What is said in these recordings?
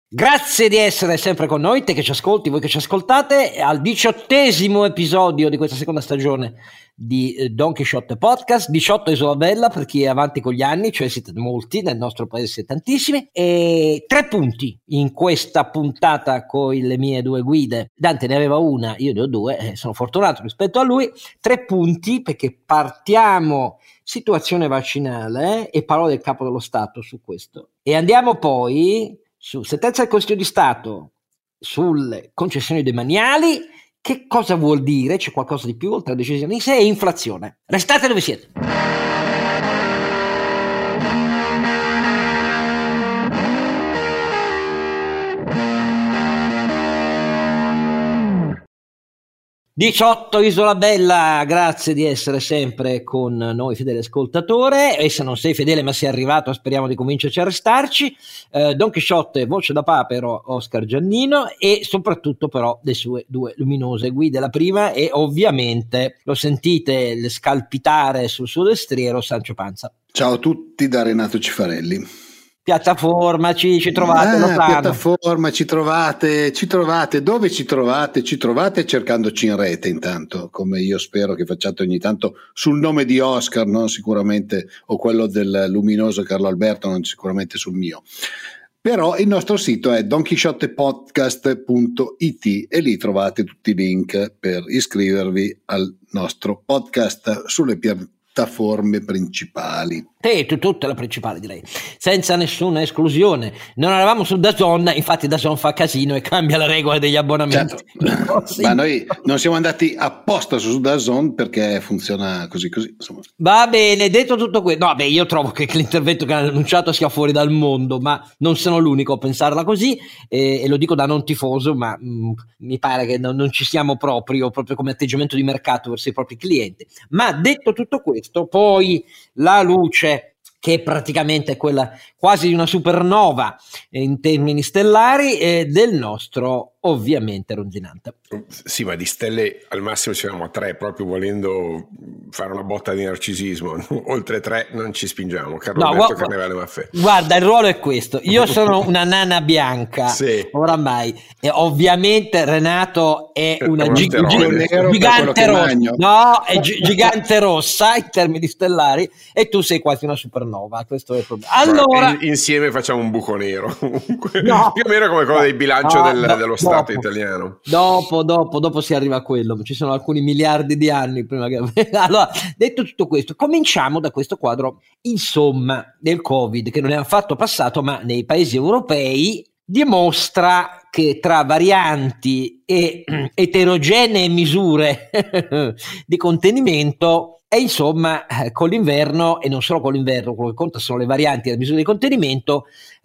Grazie di essere sempre con noi, te che ci ascolti, voi che ci ascoltate, al 18° episodio di questa seconda stagione di Don Chisciotte Podcast. 18 Isola Bella per chi è avanti con gli anni, cioè siete molti, nel nostro paese siete tantissimi, e 3 punti in questa puntata con le mie 2 guide. Dante ne aveva una, io ne ho 2, sono fortunato rispetto a lui. 3 punti perché partiamo situazione vaccinale e parole del Capo dello Stato su questo, e andiamo poi su sentenza del Consiglio di Stato sulle concessioni demaniali. Che cosa vuol dire? C'è qualcosa di più oltre la decisione in sé, e inflazione. Restate dove siete. 18 Isola Bella, grazie di essere sempre con noi, fedele ascoltatore, e se non sei fedele ma sei arrivato, speriamo di convincerci a restarci. Don Chisciotte, voce da papero, Oscar Giannino, e soprattutto però le sue 2 luminose guide. La prima è ovviamente, lo sentite scalpitare sul suo destriero, Sancio Panza. Ciao a tutti da Renato Cifarelli. Piattaforma, ci trovate, lo sanno. Piattaforma, ci trovate, dove ci trovate? Ci trovate cercandoci in rete intanto, come io spero che facciate ogni tanto sul nome di Oscar, non sicuramente, o quello del luminoso Carlo Alberto, non sicuramente sul mio. Però il nostro sito è donchisciottepodcast.it e lì trovate tutti i link per iscrivervi al nostro podcast sulle piattaforme principali. Tutte le principali, direi, senza nessuna esclusione. Non eravamo su DAZN, infatti DAZN fa casino e cambia le regole degli abbonamenti. Certo. Sì. Ma noi non siamo andati apposta su DAZN perché funziona così insomma. Va bene, detto tutto questo, no, io trovo che l'intervento che hanno annunciato sia fuori dal mondo, ma non sono l'unico a pensarla così, e lo dico da non tifoso, ma mi pare che non ci siamo proprio come atteggiamento di mercato verso i propri clienti. Ma detto tutto questo, poi la luce, che è praticamente quella quasi di una supernova in termini stellari, del nostro ovviamente Ronzinante. Sì, ma di stelle al massimo siamo a 3, proprio volendo fare una botta di narcisismo. Oltre 3 non ci spingiamo. Carlo Alberto Carnevale Maffè. Guarda, il ruolo è questo. Io sono una nana bianca, sì, oramai, e ovviamente Renato è una gigante rossa. No, è gigante rossa in termini stellari, e tu sei quasi una supernova. Questo è il problema. Allora, insieme facciamo un buco nero. No, più o meno come quello del bilancio dello Stato italiano. Dopo si arriva a quello. Ci sono alcuni miliardi di anni prima che... Allora, detto tutto questo, cominciamo da questo quadro, insomma, del Covid, che non è affatto passato, ma nei paesi europei dimostra che tra varianti e eterogenee misure di contenimento, e insomma con l'inverno, e non solo con l'inverno, quello che conta sono le varianti e le misure di contenimento,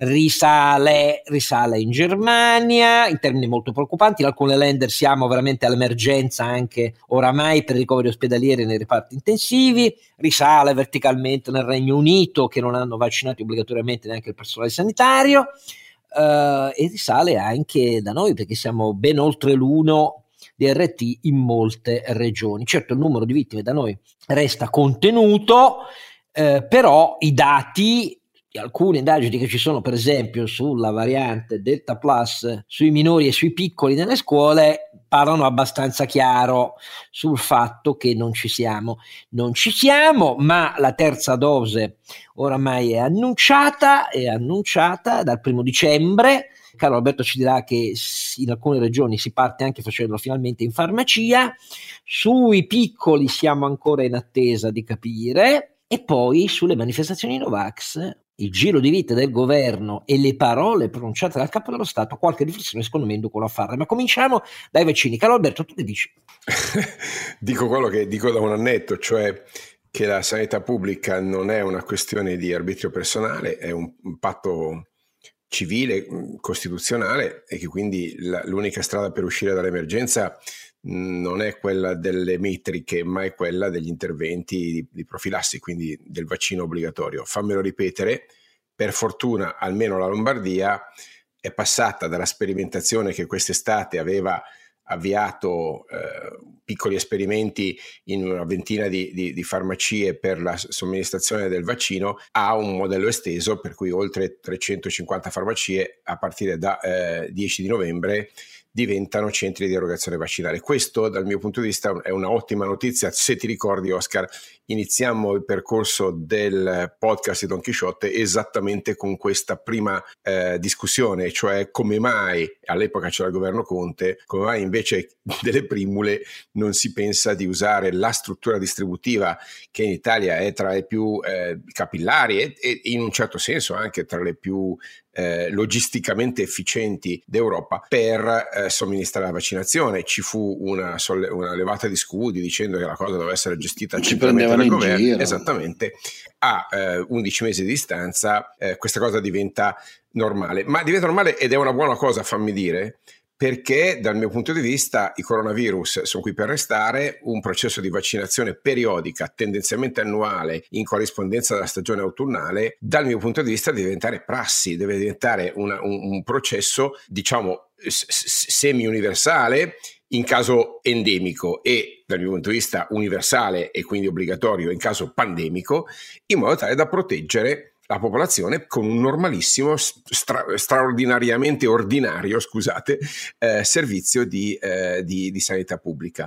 risale in Germania in termini molto preoccupanti. In alcune länder siamo veramente all'emergenza anche oramai per ricoveri ospedalieri nei reparti intensivi, risale verticalmente nel Regno Unito, che non hanno vaccinato obbligatoriamente neanche il personale sanitario, e risale anche da noi, perché siamo ben oltre l'1 DRT in molte regioni. Certo, il numero di vittime da noi resta contenuto, però i dati di alcune indagini che ci sono, per esempio sulla variante Delta Plus, sui minori e sui piccoli nelle scuole, parlano abbastanza chiaro sul fatto che non ci siamo, ma la terza dose oramai è annunciata dal 1° dicembre. Carlo Alberto ci dirà che in alcune regioni si parte anche facendolo finalmente in farmacia. Sui piccoli siamo ancora in attesa di capire, e poi sulle manifestazioni Novax, il giro di vita del governo e le parole pronunciate dal Capo dello Stato, qualche riflessione secondo me inducono a farle. Ma cominciamo dai vaccini. Carlo Alberto, tu che dici? Dico quello che dico da un annetto, cioè che la sanità pubblica non è una questione di arbitrio personale, è un patto civile, costituzionale, e che quindi l'unica strada per uscire dall'emergenza non è quella delle metriche, ma è quella degli interventi di profilassi, quindi del vaccino obbligatorio. Fammelo ripetere, per fortuna almeno la Lombardia è passata dalla sperimentazione che quest'estate aveva avviato piccoli esperimenti in una ventina di farmacie per la somministrazione del vaccino, a un modello esteso per cui oltre 350 farmacie a partire da 10 di novembre diventano centri di erogazione vaccinale. Questo dal mio punto di vista è una ottima notizia. Se ti ricordi, Oscar, iniziamo il percorso del podcast di Don Chisciotte esattamente con questa prima discussione, cioè come mai, all'epoca c'era il governo Conte, come mai invece delle primule non si pensa di usare la struttura distributiva che in Italia è tra le più capillari e in un certo senso anche tra le più logisticamente efficienti d'Europa per somministrare la vaccinazione. Ci fu una levata di scudi dicendo che la cosa doveva essere gestita centralmente dal governo. Giro. Esattamente. A 11 mesi di distanza questa cosa diventa normale, ma diventa normale ed è una buona cosa, fammi dire, perché dal mio punto di vista i coronavirus sono qui per restare. Un processo di vaccinazione periodica, tendenzialmente annuale, in corrispondenza della stagione autunnale, dal mio punto di vista deve diventare prassi, deve diventare un processo, diciamo, semi-universale in caso endemico e dal mio punto di vista universale e quindi obbligatorio in caso pandemico, in modo tale da proteggere la popolazione con un normalissimo, straordinariamente ordinario, servizio di sanità pubblica.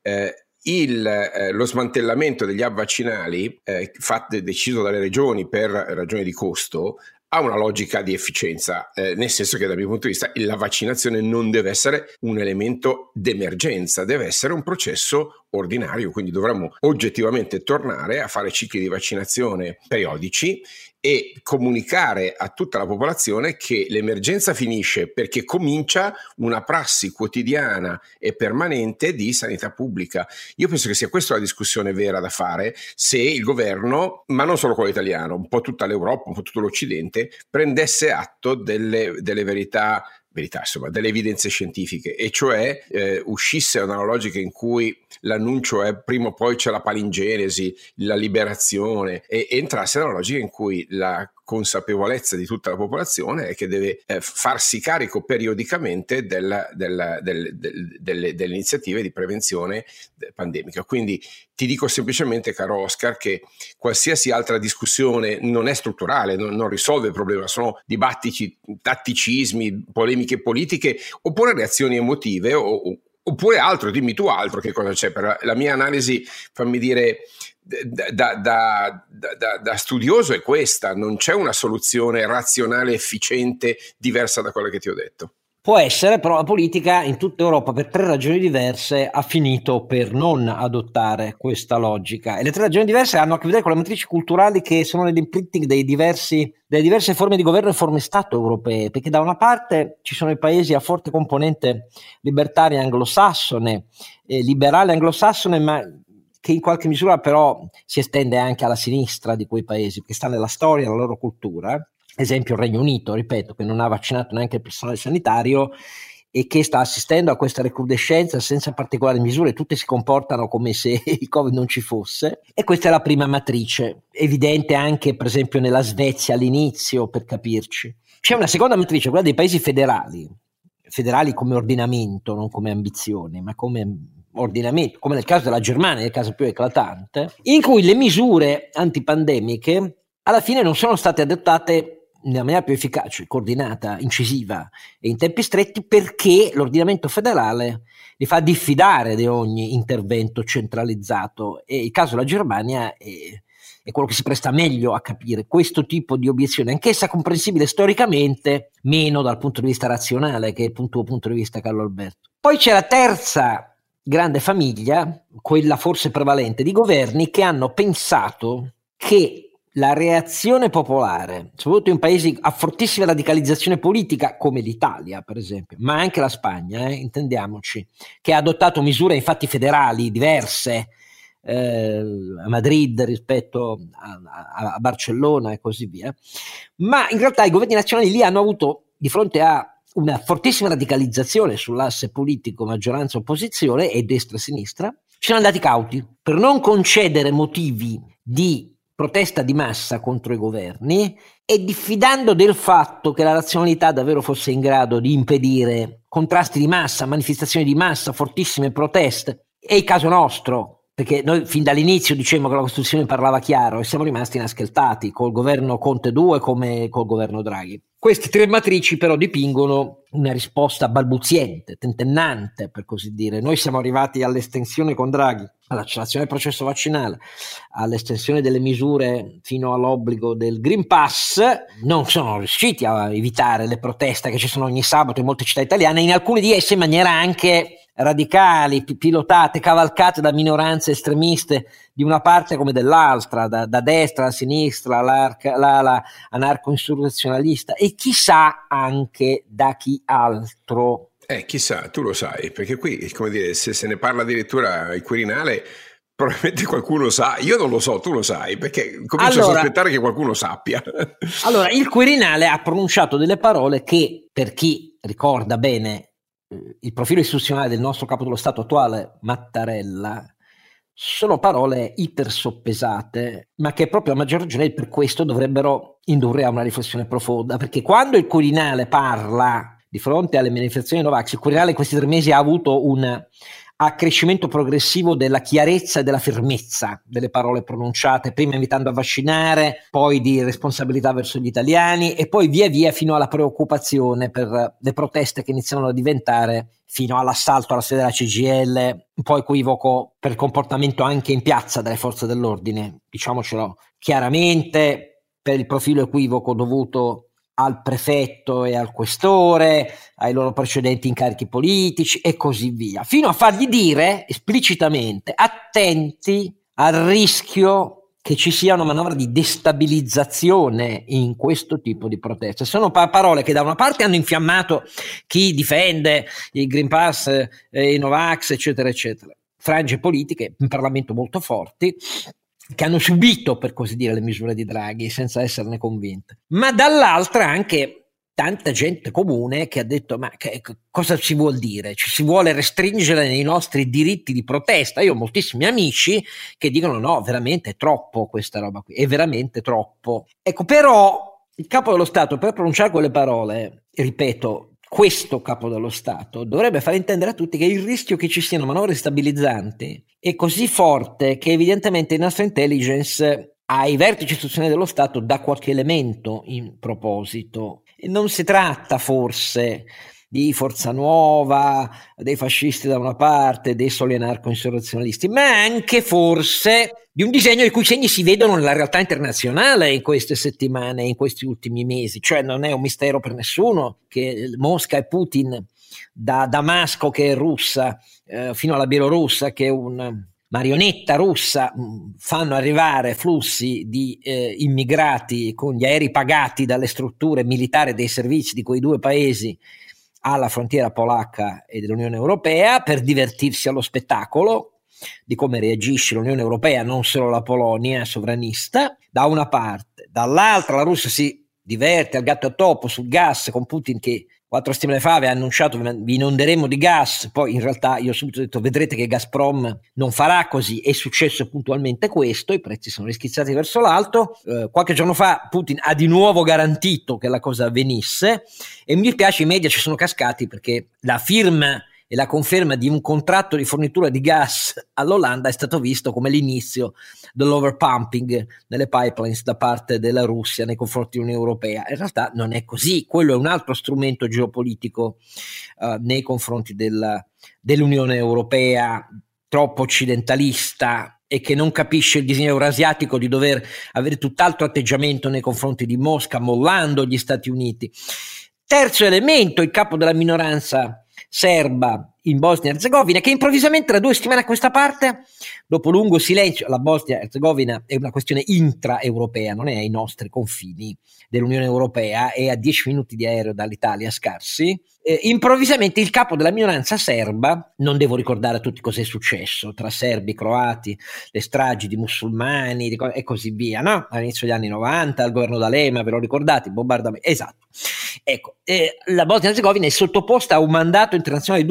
Lo smantellamento degli hub vaccinali deciso dalle regioni per ragioni di costo ha una logica di efficienza, nel senso che dal mio punto di vista la vaccinazione non deve essere un elemento d'emergenza, deve essere un processo ordinario, quindi dovremmo oggettivamente tornare a fare cicli di vaccinazione periodici e comunicare a tutta la popolazione che l'emergenza finisce perché comincia una prassi quotidiana e permanente di sanità pubblica. Io penso che sia questa la discussione vera da fare, se il governo, ma non solo quello italiano, un po' tutta l'Europa, un po' tutto l'Occidente, prendesse atto delle verità, insomma, delle evidenze scientifiche, e cioè uscisse da una logica in cui l'annuncio è prima o poi c'è la palingenesi, la liberazione, e entrasse nella logica in cui la consapevolezza di tutta la popolazione è che deve farsi carico periodicamente delle iniziative di prevenzione pandemica. Quindi ti dico semplicemente, caro Oscar, che qualsiasi altra discussione non è strutturale, non risolve il problema, sono dibattiti, tatticismi, polemiche politiche oppure reazioni emotive oppure altro. Dimmi tu altro, che cosa c'è? Per la mia analisi, fammi dire, da studioso è questa: non c'è una soluzione razionale, efficiente, diversa da quella che ti ho detto. Può essere, però la politica in tutta Europa per 3 ragioni diverse ha finito per non adottare questa logica, e le 3 ragioni diverse hanno a che vedere con le matrici culturali che sono nell'imprinting delle diverse forme di governo e forme Stato europee, perché da una parte ci sono i paesi a forte componente libertaria anglosassone, liberale anglosassone, ma che in qualche misura però si estende anche alla sinistra di quei paesi, che sta nella storia, nella loro cultura. Esempio il Regno Unito, ripeto, che non ha vaccinato neanche il personale sanitario e che sta assistendo a questa recrudescenza senza particolari misure. Tutti si comportano come se il Covid non ci fosse, e questa è la prima matrice, evidente anche per esempio nella Svezia all'inizio, per capirci. C'è una seconda matrice, quella dei paesi federali come ordinamento, non come ambizione, ma come ordinamento, come nel caso della Germania, nel caso più eclatante, in cui le misure antipandemiche alla fine non sono state adottate nella maniera più efficace, coordinata, incisiva e in tempi stretti, perché l'ordinamento federale li fa diffidare di ogni intervento centralizzato, e il caso della Germania è quello che si presta meglio a capire questo tipo di obiezione, anch'essa comprensibile storicamente, meno dal punto di vista razionale, che è il tuo punto di vista, Carlo Alberto. Poi c'è la terza grande famiglia, quella forse prevalente, di governi che hanno pensato che la reazione popolare, soprattutto in paesi a fortissima radicalizzazione politica come l'Italia per esempio, ma anche la Spagna, intendiamoci, che ha adottato misure infatti federali diverse a Madrid rispetto a Barcellona e così via, ma in realtà i governi nazionali lì hanno avuto, di fronte a una fortissima radicalizzazione sull'asse politico maggioranza-opposizione e destra-sinistra, ci sono andati cauti per non concedere motivi di protesta di massa contro i governi e diffidando del fatto che la razionalità davvero fosse in grado di impedire contrasti di massa, manifestazioni di massa, fortissime proteste. È il caso nostro, perché noi fin dall'inizio dicevamo che la Costituzione parlava chiaro e siamo rimasti inascheltati col governo Conte 2 come col governo Draghi. Queste tre matrici però dipingono una risposta balbuziente, tentennante per così dire. Noi siamo arrivati all'estensione con Draghi, all'accelerazione del processo vaccinale, all'estensione delle misure fino all'obbligo del Green Pass. Non sono riusciti a evitare le proteste che ci sono ogni sabato in molte città italiane, in alcune di esse in maniera anche radicali, pilotate, cavalcate da minoranze estremiste di una parte come dell'altra, da destra, da sinistra, l'ala anarco-insurrezionalista e chissà anche da chi altro. Chissà, tu lo sai, perché qui, come dire, se ne parla addirittura il Quirinale, probabilmente qualcuno sa, io non lo so, tu lo sai, perché comincio a sospettare che qualcuno sappia. Allora, il Quirinale ha pronunciato delle parole che, per chi ricorda bene il profilo istituzionale del nostro capo dello Stato attuale, Mattarella, sono parole ipersoppesate, ma che proprio a maggior ragione per questo dovrebbero indurre a una riflessione profonda, perché quando il Quirinale parla di fronte alle manifestazioni Novax, il Quirinale in questi 3 mesi ha avuto un accrescimento progressivo della chiarezza e della fermezza delle parole pronunciate, prima invitando a vaccinare, poi di responsabilità verso gli italiani e poi via via fino alla preoccupazione per le proteste che iniziano a diventare, fino all'assalto alla sede della CGIL, un po' equivoco per il comportamento anche in piazza delle forze dell'ordine, diciamocelo chiaramente, per il profilo equivoco dovuto al prefetto e al questore, ai loro precedenti incarichi politici e così via, fino a fargli dire esplicitamente attenti al rischio che ci sia una manovra di destabilizzazione in questo tipo di proteste. Sono parole che da una parte hanno infiammato chi difende il Green Pass, i Novax, eccetera, eccetera, frange politiche in Parlamento molto forti, che hanno subito, per così dire, le misure di Draghi senza esserne convinte, ma dall'altra anche tanta gente comune che ha detto ma cosa ci vuol dire? Ci si vuole restringere nei nostri diritti di protesta? Io ho moltissimi amici che dicono no, veramente è troppo questa roba qui, è veramente troppo. Ecco, però il capo dello Stato per pronunciare quelle parole, ripeto, questo capo dello Stato dovrebbe far intendere a tutti che il rischio che ci siano manovre stabilizzanti è così forte che evidentemente il nostro intelligence ai vertici istituzionali dello Stato dà qualche elemento in proposito. E non si tratta forse di Forza Nuova, dei fascisti da una parte, dei soli anarco-insurrezionalisti, ma anche forse di un disegno i cui segni si vedono nella realtà internazionale in queste settimane, in questi ultimi mesi. Cioè non è un mistero per nessuno che Mosca e Putin, da Damasco che è russa fino alla Bielorussia che è una marionetta russa, fanno arrivare flussi di immigrati con gli aerei pagati dalle strutture militari dei servizi di quei 2 paesi alla frontiera polacca e dell'Unione Europea per divertirsi allo spettacolo di come reagisce l'Unione Europea, non solo la Polonia sovranista, da una parte. Dall'altra la Russia si diverte al gatto e al topo sul gas con Putin che 4 settimane fa aveva annunciato vi inonderemo di gas, poi in realtà io ho subito detto vedrete che Gazprom non farà così, è successo puntualmente questo, i prezzi sono rischizzati verso l'alto, qualche giorno fa Putin ha di nuovo garantito che la cosa avvenisse e mi dispiace i media ci sono cascati perché la firma e la conferma di un contratto di fornitura di gas all'Olanda è stato visto come l'inizio dell'overpumping nelle pipelines da parte della Russia nei confronti dell'Unione Europea. In realtà non è così, quello è un altro strumento geopolitico nei confronti dell'Unione Europea troppo occidentalista e che non capisce il disegno eurasiatico di dover avere tutt'altro atteggiamento nei confronti di Mosca, mollando gli Stati Uniti. Terzo elemento, il capo della minoranza serba in Bosnia e Erzegovina, che improvvisamente da 2 settimane a questa parte, dopo lungo silenzio, la Bosnia e Erzegovina è una questione intraeuropea, non è ai nostri confini dell'Unione Europea, è a 10 minuti di aereo dall'Italia scarsi, improvvisamente il capo della minoranza serba, non devo ricordare a tutti cosa è successo tra serbi, croati, le stragi di musulmani e così via, no? All'inizio degli anni 90, al governo d'Alema, ve lo ricordate, bombardamenti, esatto. Ecco, la Bosnia e Erzegovina è sottoposta a un mandato internazionale duplice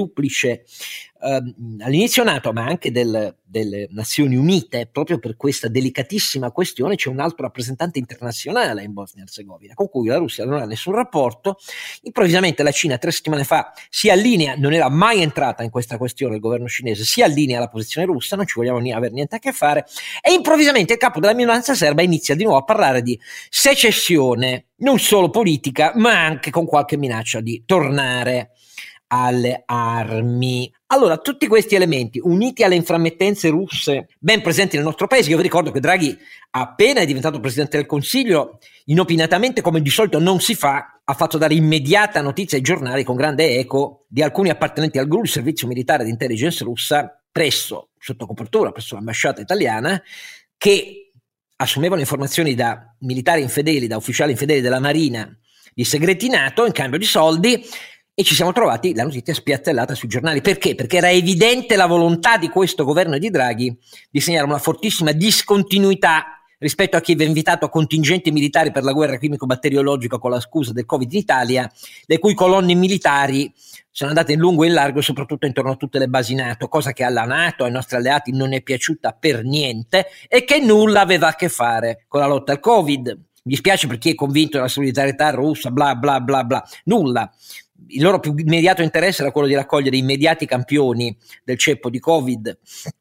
dice all'inizio NATO, ma anche delle Nazioni Unite, proprio per questa delicatissima questione c'è un alto rappresentante internazionale in Bosnia e Erzegovina, con cui la Russia non ha nessun rapporto. Improvvisamente la Cina 3 settimane fa si allinea, non era mai entrata in questa questione il governo cinese, si allinea alla posizione russa, non ci vogliamo avere niente a che fare, e improvvisamente il capo della minoranza serba inizia di nuovo a parlare di secessione, non solo politica, ma anche con qualche minaccia di tornare alle armi. Allora, tutti questi elementi uniti alle inframmettenze russe ben presenti nel nostro paese, io vi ricordo che Draghi, appena è diventato Presidente del Consiglio, inopinatamente, come di solito non si fa, ha fatto dare immediata notizia ai giornali con grande eco di alcuni appartenenti al GRU, il servizio militare di intelligence russa, sotto copertura presso l'ambasciata italiana, che assumevano informazioni da militari infedeli, da ufficiali infedeli della Marina, di segreti NATO in cambio di soldi. E ci siamo trovati la notizia spiattellata sui giornali. Perché? Perché era evidente la volontà di questo governo e di Draghi di segnare una fortissima discontinuità rispetto a chi aveva invitato a contingenti militari per la guerra chimico-batteriologica con la scusa del Covid in Italia, le cui colonne militari sono andate in lungo e in largo, soprattutto intorno a tutte le basi NATO, cosa che alla NATO, ai nostri alleati, non è piaciuta per niente e che nulla aveva a che fare con la lotta al Covid. Mi spiace per chi è convinto della solidarietà russa, bla bla bla bla, nulla. Il loro più immediato interesse era quello di raccogliere immediati campioni del ceppo di Covid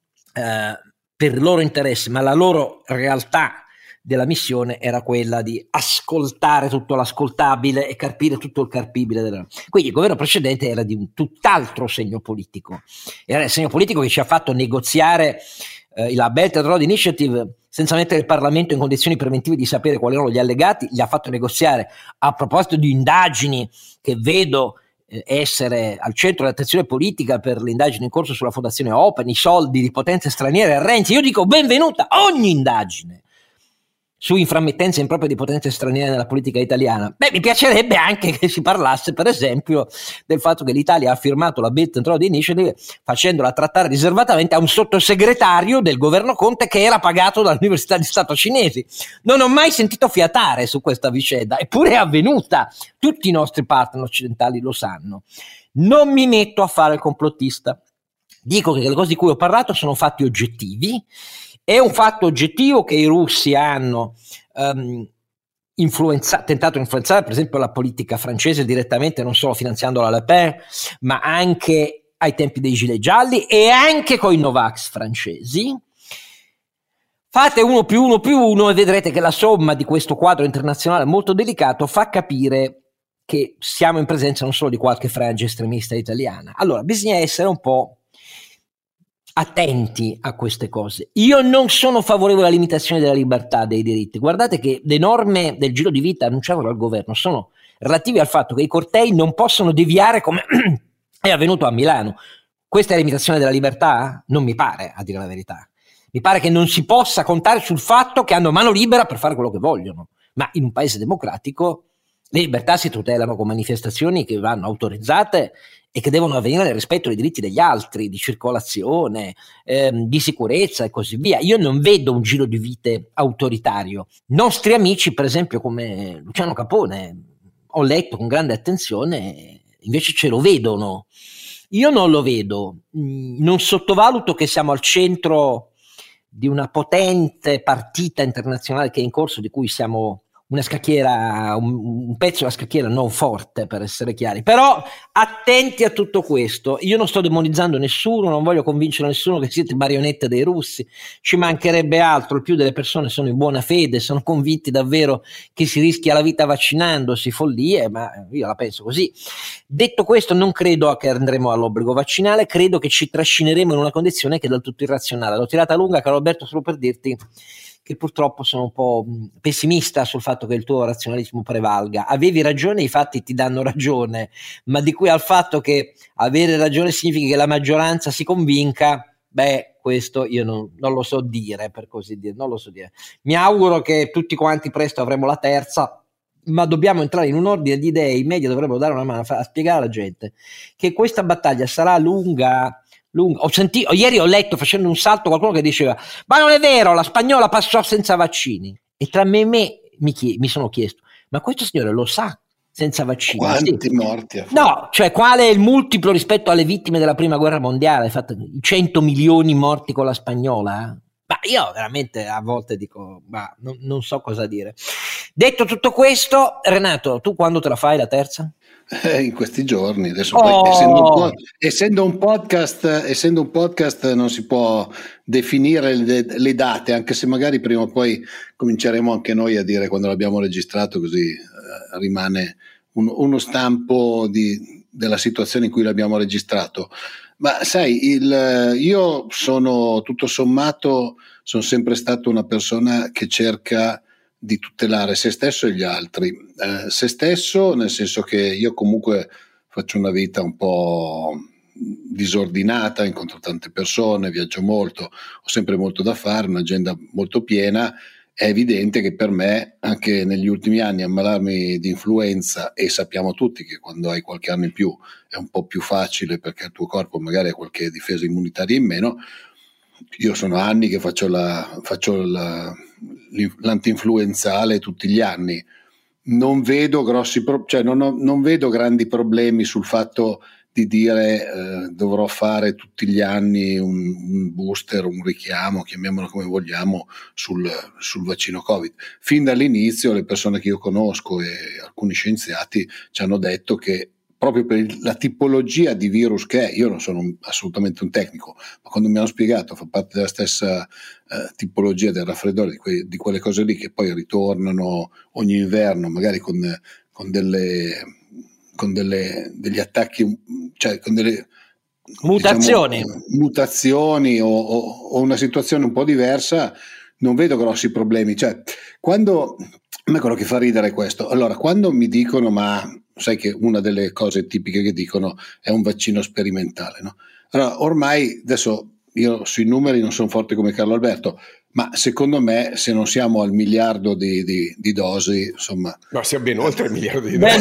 per il loro interesse, ma la loro realtà della missione era quella di ascoltare tutto l'ascoltabile e carpire tutto il carpibile. Quindi il governo precedente era di un tutt'altro segno politico. Era il segno politico che ci ha fatto negoziare la Belt and Road Initiative senza mettere il Parlamento in condizioni preventive di sapere quali erano gli allegati, gli ha fatto negoziare a proposito di indagini che vedo essere al centro dell'attenzione politica per l'indagine in corso sulla fondazione Open, i soldi di potenze straniere a Renzi. Io dico benvenuta ogni indagine su inframmettenze improprie di potenze straniere nella politica italiana. Mi piacerebbe anche che si parlasse, per esempio, del fatto che l'Italia ha firmato la Belt and Road Initiative facendola trattare riservatamente a un sottosegretario del governo Conte che era pagato dall'Università di Stato cinesi. Non ho mai sentito fiatare su questa vicenda, eppure è avvenuta. Tutti i nostri partner occidentali lo sanno. Non mi metto a fare il complottista. Dico che le cose di cui ho parlato sono fatti oggettivi. È un fatto oggettivo che i russi hanno tentato di influenzare, per esempio, la politica francese direttamente, non solo finanziando la Le Pen, ma anche ai tempi dei Gilet gialli e anche con i Novax francesi. Fate 1+1+1 e vedrete che la somma di questo quadro internazionale molto delicato fa capire che siamo in presenza non solo di qualche frangia estremista italiana. Allora, bisogna essere un po' attenti a queste cose. Io non sono favorevole alla limitazione della libertà dei diritti. Guardate che le norme del giro di vita annunciate dal governo sono relative al fatto che i cortei non possono deviare come è avvenuto a Milano. Questa è la limitazione della libertà? Non mi pare, a dire la verità. Mi pare che non si possa contare sul fatto che hanno mano libera per fare quello che vogliono. Ma in un paese democratico le libertà si tutelano con manifestazioni che vanno autorizzate e che devono avvenire nel rispetto dei diritti degli altri, di circolazione, di sicurezza e così via. Io non vedo un giro di vite autoritario. Nostri amici, per esempio, come Luciano Capone, ho letto con grande attenzione, invece ce lo vedono. Io non lo vedo. Non sottovaluto che siamo al centro di una potente partita internazionale che è in corso, di cui siamo una scacchiera, un pezzo della scacchiera non forte, per essere chiari. Però attenti a tutto questo. Io non sto demonizzando nessuno, non voglio convincere nessuno che siete marionette dei russi, ci mancherebbe altro. Il più delle persone sono in buona fede, sono convinti davvero che si rischia la vita vaccinandosi, follie, ma io la penso così. Detto questo, non credo che andremo all'obbligo vaccinale, credo che ci trascineremo in una condizione che è del tutto irrazionale. L'ho tirata lunga, caro Alberto, solo per dirti che purtroppo sono un po' pessimista sul fatto che il tuo razionalismo prevalga. Avevi ragione, i fatti ti danno ragione, ma di qui al fatto che avere ragione significa che la maggioranza si convinca, questo io non lo so dire, per così dire, non lo so dire. Mi auguro che tutti quanti presto avremo la terza, ma dobbiamo entrare in un ordine di idee. I media dovrebbero dare una mano a spiegare alla gente che questa battaglia sarà lunga. Ieri ho letto, facendo un salto, qualcuno che diceva: ma non è vero, la spagnola passò senza vaccini. E tra me e me mi sono chiesto: ma questo signore lo sa senza vaccini. Quanti morti ha fatto? No, cioè qual è il multiplo rispetto alle vittime della prima guerra mondiale? Hai fatto 100 milioni morti con la spagnola? Ma io veramente a volte dico, non so cosa dire. Detto tutto questo, Renato, tu quando te la fai la terza? In questi giorni, adesso poi, essendo un podcast non si può definire le date, anche se magari prima o poi cominceremo anche noi a dire quando l'abbiamo registrato, così rimane uno stampo della situazione in cui l'abbiamo registrato. Ma sai, io sono tutto sommato, sono sempre stato una persona che cerca di tutelare se stesso e gli altri. Se stesso nel senso che io comunque faccio una vita un po' disordinata, incontro tante persone, viaggio molto, ho sempre molto da fare, un'agenda molto piena. È evidente che per me, anche negli ultimi anni, ammalarmi di influenza, e sappiamo tutti che quando hai qualche anno in più è un po' più facile perché il tuo corpo magari ha qualche difesa immunitaria in meno. Io sono anni che faccio l'antinfluenzale tutti gli anni. Non vedo non vedo grandi problemi sul fatto di dire dovrò fare tutti gli anni un booster, un richiamo, chiamiamolo come vogliamo, sul vaccino Covid. Fin dall'inizio le persone che io conosco e alcuni scienziati ci hanno detto che proprio per la tipologia di virus che è, io non sono assolutamente un tecnico, ma quando mi hanno spiegato fa parte della stessa tipologia del raffreddore, di quelle cose lì che poi ritornano ogni inverno, magari con degli attacchi, cioè con delle mutazioni o una situazione un po' diversa, non vedo grossi problemi. Cioè, quando a me quello che fa ridere è questo. Allora, quando mi dicono, ma sai che una delle cose tipiche che dicono è un vaccino sperimentale, no? Allora, ormai adesso io sui numeri non sono forte come Carlo Alberto, ma secondo me se non siamo al miliardo di dosi, insomma... No, siamo ben oltre il miliardo di dosi.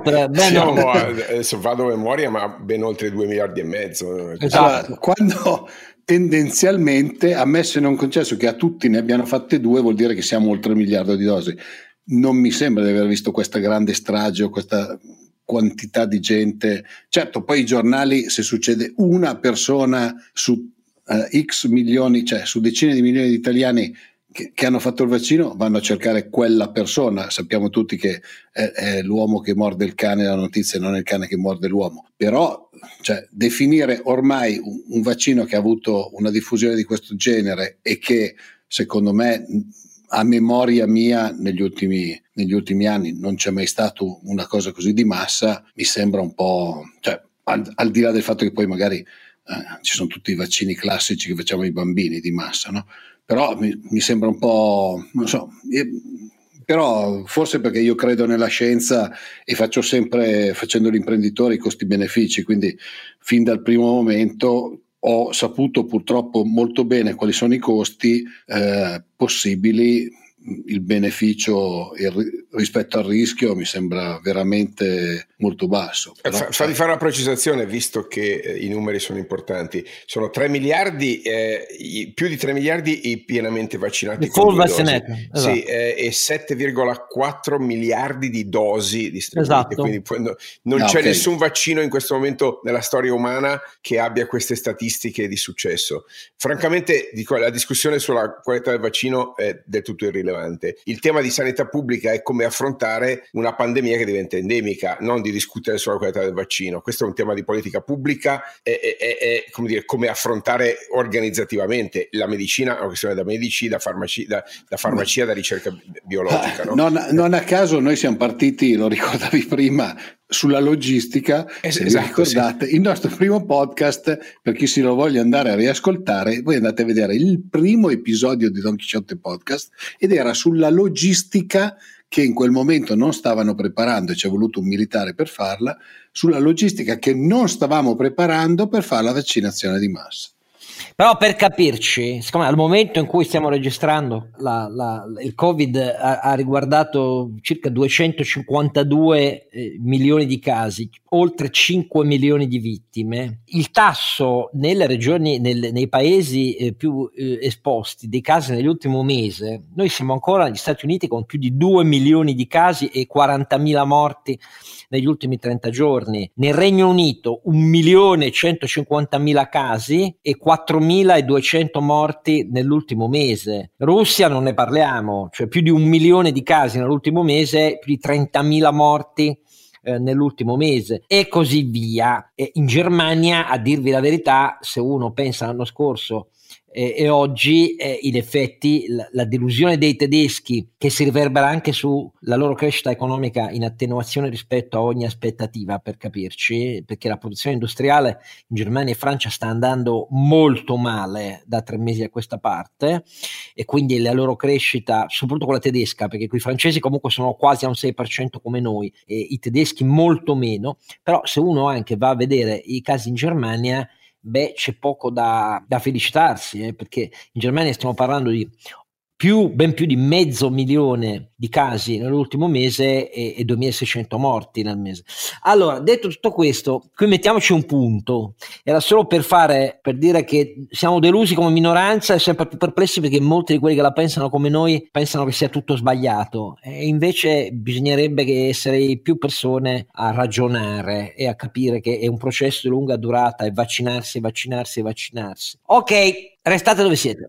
Adesso vado a memoria, ma ben oltre 2 miliardi e mezzo. Esatto. Allora, quando tendenzialmente, ammesso e non concesso che a tutti ne abbiano fatte 2, vuol dire che siamo oltre il miliardo di dosi. Non mi sembra di aver visto questa grande strage o questa quantità di gente. Certo, poi i giornali, se succede una persona su X milioni, cioè su decine di milioni di italiani che hanno fatto il vaccino, vanno a cercare quella persona. Sappiamo tutti che è l'uomo che morde il cane la notizia, non è il cane che morde l'uomo. Però cioè, definire ormai un vaccino che ha avuto una diffusione di questo genere e che secondo me a memoria mia negli ultimi anni non c'è mai stato una cosa così di massa, mi sembra un po', cioè, al di là del fatto che poi magari ci sono tutti i vaccini classici che facciamo ai bambini di massa, no? Però mi sembra un po', non so, però forse perché io credo nella scienza e facendo l'imprenditore, i costi-benefici, quindi fin dal primo momento ho saputo purtroppo molto bene quali sono i costi possibili. Il beneficio rispetto al rischio mi sembra veramente molto basso. Fammi fare una precisazione, visto che i numeri sono importanti. Sono 3 miliardi, più di 3 miliardi i pienamente vaccinati con esatto. Sì, e 7,4 miliardi di dosi distribuite. Esatto. Quindi non c'è nessun vaccino in questo momento nella storia umana che abbia queste statistiche di successo. Francamente, dico, la discussione sulla qualità del vaccino è del tutto irrilevante. Il tema di sanità pubblica è come affrontare una pandemia che diventa endemica, non di discutere sulla qualità del vaccino. Questo è un tema di politica pubblica, è come dire, come affrontare organizzativamente la medicina, è una questione da medici, da farmacia, da ricerca biologica. No? Non a caso noi siamo partiti, lo ricordavi prima, sulla logistica, se vi ricordate, sì. Il nostro primo podcast, per chi si lo voglia andare a riascoltare, voi andate a vedere il primo episodio di Don Chisciotte Podcast ed era sulla logistica che in quel momento non stavano preparando e ci è voluto un militare per farla, sulla logistica che non stavamo preparando per fare la vaccinazione di massa. Però per capirci, siccome al momento in cui stiamo registrando il Covid ha riguardato circa 252 milioni di casi, oltre 5 milioni di vittime, il tasso nelle regioni, nei paesi più esposti dei casi nell'ultimo mese, noi siamo ancora negli Stati Uniti con più di 2 milioni di casi e 40.000 morti negli ultimi 30 giorni. Nel Regno Unito 1.150.000 casi e 4.200 morti nell'ultimo mese. Russia non ne parliamo, cioè più di 1 milione di casi nell'ultimo mese, più di 30.000 morti nell'ultimo mese e così via. In Germania, a dirvi la verità, se uno pensa all'anno scorso e oggi, in effetti la delusione dei tedeschi, che si riverbera anche sulla loro crescita economica in attenuazione rispetto a ogni aspettativa, per capirci, perché la produzione industriale in Germania e Francia sta andando molto male da 3 mesi a questa parte, e quindi la loro crescita, soprattutto quella tedesca, perché i francesi comunque sono quasi a un 6% come noi, e i tedeschi molto meno. Però se uno anche va a vedere i casi in Germania, c'è poco da felicitarsi, perché in Germania stiamo parlando di ben più di 500.000 di casi nell'ultimo mese e 2.600 morti nel mese. Allora, detto tutto questo, qui mettiamoci un punto. Era solo per dire che siamo delusi come minoranza e sempre più perplessi, perché molti di quelli che la pensano come noi pensano che sia tutto sbagliato, e invece bisognerebbe che essere più persone a ragionare e a capire che è un processo di lunga durata, e vaccinarsi. Ok, restate dove siete.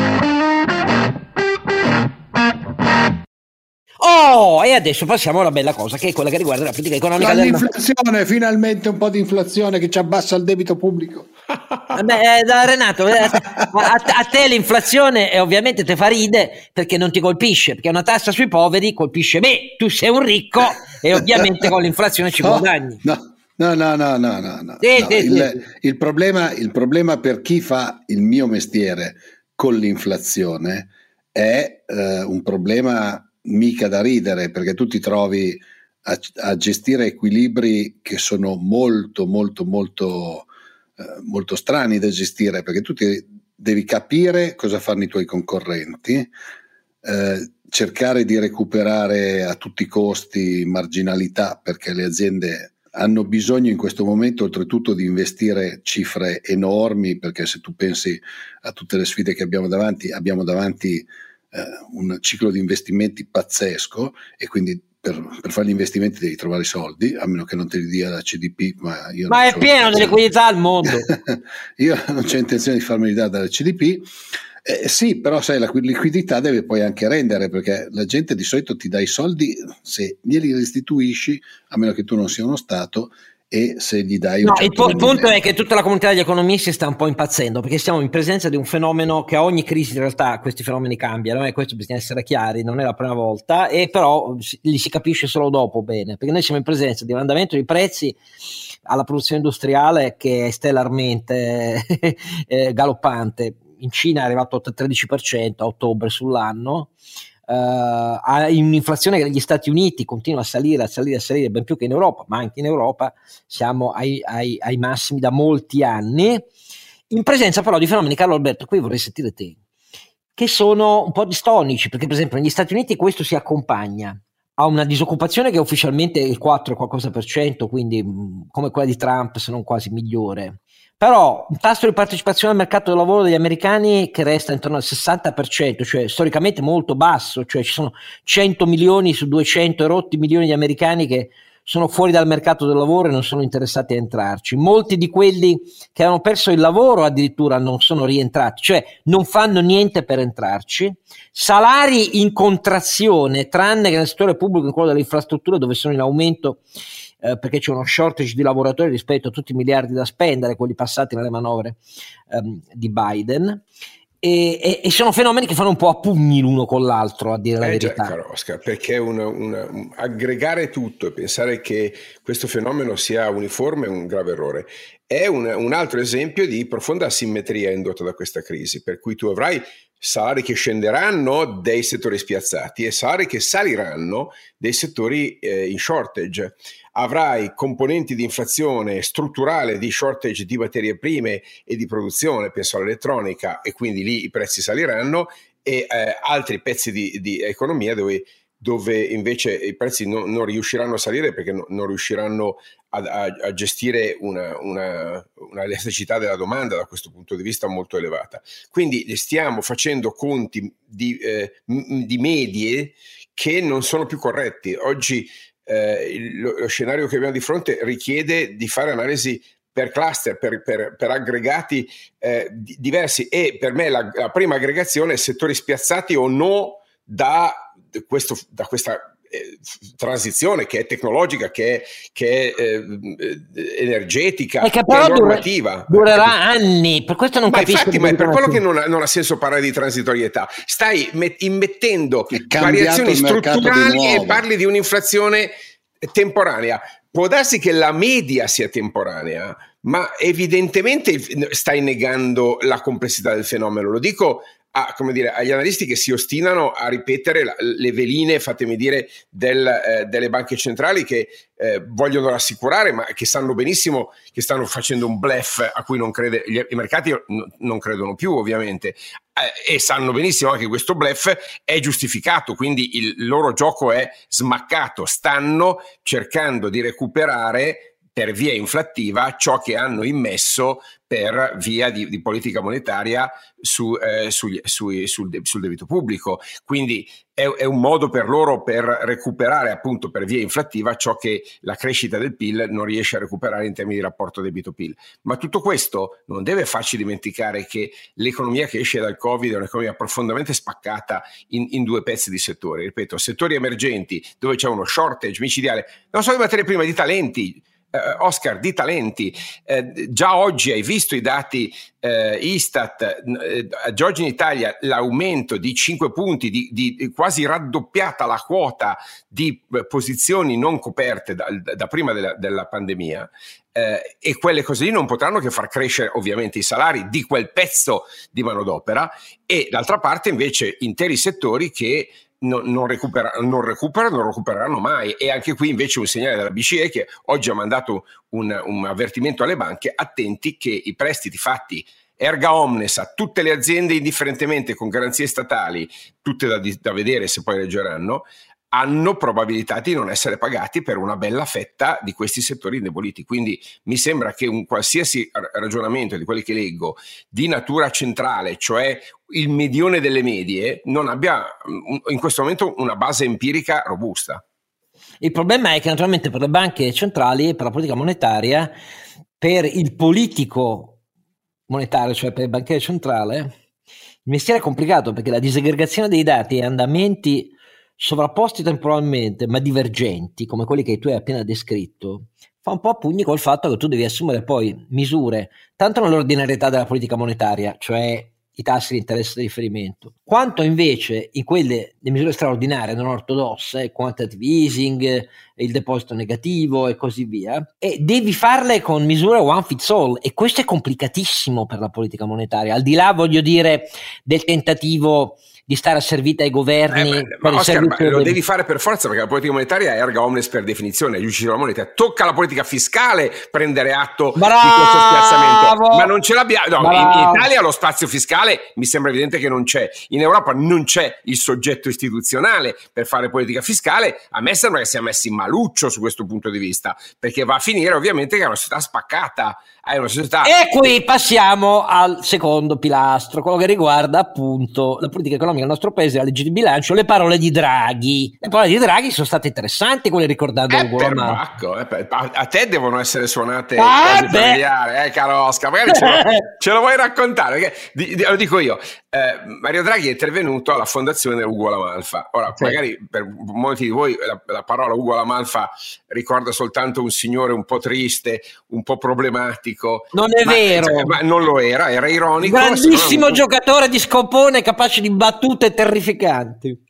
E adesso passiamo alla bella cosa, che è quella che riguarda la politica economica. L'inflazione, finalmente un po' di inflazione che ci abbassa il debito pubblico. Renato, a te l'inflazione ovviamente te fa ride, perché non ti colpisce, perché una tassa sui poveri colpisce me, tu sei un ricco e ovviamente con l'inflazione ci guadagni. No. Il problema per chi fa il mio mestiere con l'inflazione è un problema mica da ridere, perché tu ti trovi a gestire equilibri che sono molto strani da gestire, perché tu devi capire cosa fanno i tuoi concorrenti, cercare di recuperare a tutti i costi marginalità, perché le aziende hanno bisogno in questo momento oltretutto di investire cifre enormi, perché se tu pensi a tutte le sfide che abbiamo davanti un ciclo di investimenti pazzesco, e quindi per fare gli investimenti devi trovare i soldi, a meno che non te li dia la CDP, ma è pieno di liquidità al mondo. Io non c'ho intenzione di farmeli dare dalla CDP. Sì, però sai, la liquidità deve poi anche rendere, perché la gente di solito ti dà i soldi se glieli restituisci, a meno che tu non sia uno Stato, e se gli dai un certo il punto è che tutta la comunità degli economisti sta un po' impazzendo, perché siamo in presenza di un fenomeno che a ogni crisi in realtà questi fenomeni cambiano, e questo bisogna essere chiari, non è la prima volta, e però li si capisce solo dopo bene, perché noi siamo in presenza di un andamento di prezzi alla produzione industriale che è stellarmente galoppante. In Cina è arrivato al 13% a ottobre sull'anno, in un'inflazione che negli Stati Uniti continua a salire ben più che in Europa, ma anche in Europa siamo ai massimi da molti anni, in presenza però di fenomeni, Carlo Alberto, qui vorrei sentire te, che sono un po' distonici, perché per esempio negli Stati Uniti questo si accompagna a una disoccupazione che ufficialmente è il 4 qualcosa per cento, quindi come quella di Trump, se non quasi migliore. Però un tasso di partecipazione al mercato del lavoro degli americani che resta intorno al 60%, cioè storicamente molto basso, cioè ci sono 100 milioni su 200 e rotti milioni di americani che sono fuori dal mercato del lavoro e non sono interessati a entrarci. Molti di quelli che hanno perso il lavoro addirittura non sono rientrati, cioè non fanno niente per entrarci. Salari in contrazione, tranne che nel settore pubblico, in quello delle infrastrutture, dove sono in aumento perché c'è uno shortage di lavoratori rispetto a tutti i miliardi da spendere, quelli passati nelle manovre di Biden, e sono fenomeni che fanno un po' a pugni l'uno con l'altro, a dire la verità. Caro Oscar, perché aggregare tutto e pensare che questo fenomeno sia uniforme è un grave errore. È un altro esempio di profonda asimmetria indotta da questa crisi, per cui tu avrai salari che scenderanno dei settori spiazzati e salari che saliranno dei settori in shortage. Avrai componenti di inflazione strutturale, di shortage di materie prime e di produzione, penso all'elettronica, e quindi lì i prezzi saliranno, e altri pezzi di economia dove invece i prezzi non riusciranno a salire perché non riusciranno a gestire una elasticità della domanda da questo punto di vista molto elevata. Quindi stiamo facendo conti di medie che non sono più corretti. Oggi lo scenario che abbiamo di fronte richiede di fare analisi per cluster, per aggregati diversi, e per me la prima aggregazione è settori spiazzati o no da questa transizione che è tecnologica, che è energetica, che è però normativa. Durerà anni, per questo non capisco. Infatti, ma è per quello che non ha senso parlare di transitorietà. Stai immettendo variazioni strutturali e parli di un'inflazione temporanea. Può darsi che la media sia temporanea, ma evidentemente stai negando la complessità del fenomeno. Lo dico agli analisti che si ostinano a ripetere le veline, fatemi dire, delle banche centrali, che vogliono rassicurare, ma che sanno benissimo che stanno facendo un bluff a cui i mercati non credono più, ovviamente, e sanno benissimo anche che questo bluff è giustificato, quindi il loro gioco è smaccato. Stanno cercando di recuperare per via inflattiva ciò che hanno immesso per via di politica monetaria sul debito pubblico. Quindi è un modo per loro per recuperare, appunto, per via inflattiva ciò che la crescita del PIL non riesce a recuperare in termini di rapporto debito-PIL. Ma tutto questo non deve farci dimenticare che l'economia che esce dal Covid è un'economia profondamente spaccata in due pezzi di settori. Ripeto, settori emergenti dove c'è uno shortage micidiale, non solo di materie prime, di talenti. Oscar, di talenti. Già oggi hai visto i dati Istat, già oggi in Italia l'aumento di 5 punti, di quasi raddoppiata la quota di posizioni non coperte da prima della pandemia, e quelle cose lì non potranno che far crescere ovviamente i salari di quel pezzo di manodopera, e d'altra parte invece interi settori che non recupereranno mai. E anche qui invece un segnale della BCE, che oggi ha mandato un avvertimento alle banche: attenti che i prestiti fatti erga omnes a tutte le aziende indifferentemente con garanzie statali, tutte da vedere se poi reggeranno, hanno probabilità di non essere pagati per una bella fetta di questi settori indeboliti. Quindi mi sembra che un qualsiasi ragionamento di quelli che leggo di natura centrale, cioè il medione delle medie, non abbia in questo momento una base empirica robusta. Il problema è che naturalmente per le banche centrali e per la politica monetaria, per il politico monetario, cioè per il banchiere centrale, il mestiere è complicato, perché la disaggregazione dei dati e andamenti sovrapposti temporalmente ma divergenti, come quelli che tu hai appena descritto, fa un po' a pugni col fatto che tu devi assumere poi misure tanto nell'ordinarietà della politica monetaria, cioè i tassi di interesse di riferimento, quanto invece in quelle le misure straordinarie non ortodosse, quantitative easing, il deposito negativo e così via, e devi farle con misure one fits all, e questo è complicatissimo per la politica monetaria, al di là, voglio dire, del tentativo di stare asservita ai governi. Lo devi fare per forza, perché la politica monetaria è erga omnes per definizione, gli usciti della moneta. Tocca alla politica fiscale prendere atto di questo spiazzamento, ma non ce l'abbiamo. No, in Italia lo spazio fiscale mi sembra evidente che non c'è, in Europa non c'è il soggetto istituzionale per fare politica fiscale. A me sembra che sia messo in maluccio su questo punto di vista, perché va a finire ovviamente che è una società spaccata, è una società. E qui passiamo al secondo pilastro, quello che riguarda appunto la politica economica del nostro paese, la legge di bilancio, le parole di Draghi. Le parole di Draghi sono state interessanti, quelle ricordando Ugo La Malfa. A te devono essere suonate cose familiari, caro Oscar, magari ce lo vuoi raccontare? Perché, lo dico io, Mario Draghi è intervenuto alla fondazione Ugo La Malfa. Ora, magari per molti di voi la parola Ugo La Malfa ricorda soltanto un signore un po' triste, un po' problematico. Non è vero. Ma non lo era ironico. Grandissimo giocatore di scopone, capace di battute terrificanti.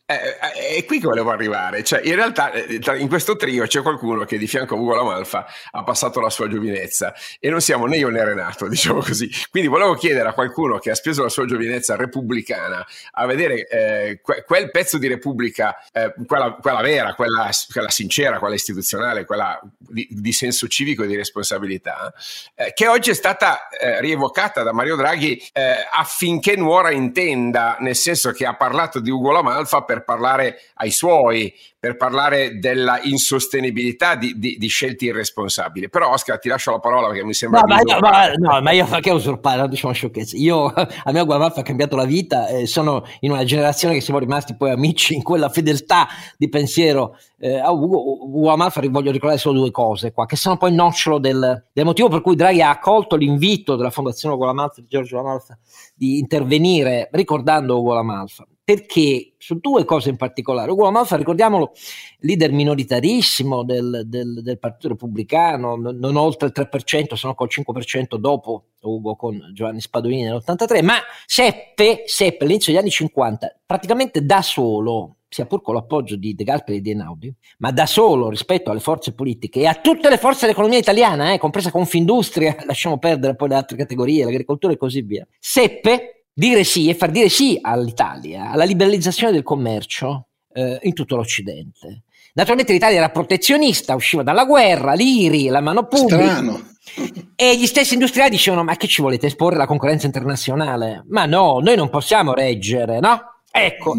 È qui che volevo arrivare, cioè in realtà in questo trio c'è qualcuno che di fianco a Ugo La Malfa ha passato la sua giovinezza e non siamo né io né Renato, diciamo così. Quindi volevo chiedere a qualcuno che ha speso la sua giovinezza repubblicana a vedere quel pezzo di Repubblica, quella vera, quella sincera, quella istituzionale, quella di senso civico e di responsabilità, che oggi è stata rievocata da Mario Draghi affinché nuora intenda, nel senso che ha parlato di Ugo La Malfa per parlare ai suoi, per parlare della insostenibilità di scelte irresponsabili. Però Oscar, ti lascio la parola perché mi sembra ma io perché usurpare, non diciamo sciocchezze. A me Ugo La Malfa ha cambiato la vita, sono in una generazione che siamo rimasti poi amici in quella fedeltà di pensiero a Ugo La Malfa. Voglio ricordare solo due cose qua, che sono poi il nocciolo del motivo per cui Draghi ha accolto l'invito della Fondazione Ugo La Malfa, di Giorgio La Malfa, di intervenire ricordando Ugo La Malfa. Perché su due cose in particolare. Ugo La Malfa, ricordiamolo, leader minoritarissimo del Partito Repubblicano, non oltre il 3%, se no col 5% dopo Ugo con Giovanni Spadolini nell'83, ma seppe all'inizio degli anni 50 praticamente da solo, sia pur con l'appoggio di De Gasperi e di Einaudi, ma da solo rispetto alle forze politiche e a tutte le forze dell'economia italiana, compresa Confindustria, lasciamo perdere poi le altre categorie, l'agricoltura e così via, seppe dire sì e far dire sì all'Italia, alla liberalizzazione del commercio in tutto l'Occidente. Naturalmente l'Italia era protezionista, usciva dalla guerra, l'IRI, la mano pubblica. Strano. E gli stessi industriali dicevano: ma che ci volete esporre la concorrenza internazionale? Ma no, noi non possiamo reggere, no? Ecco,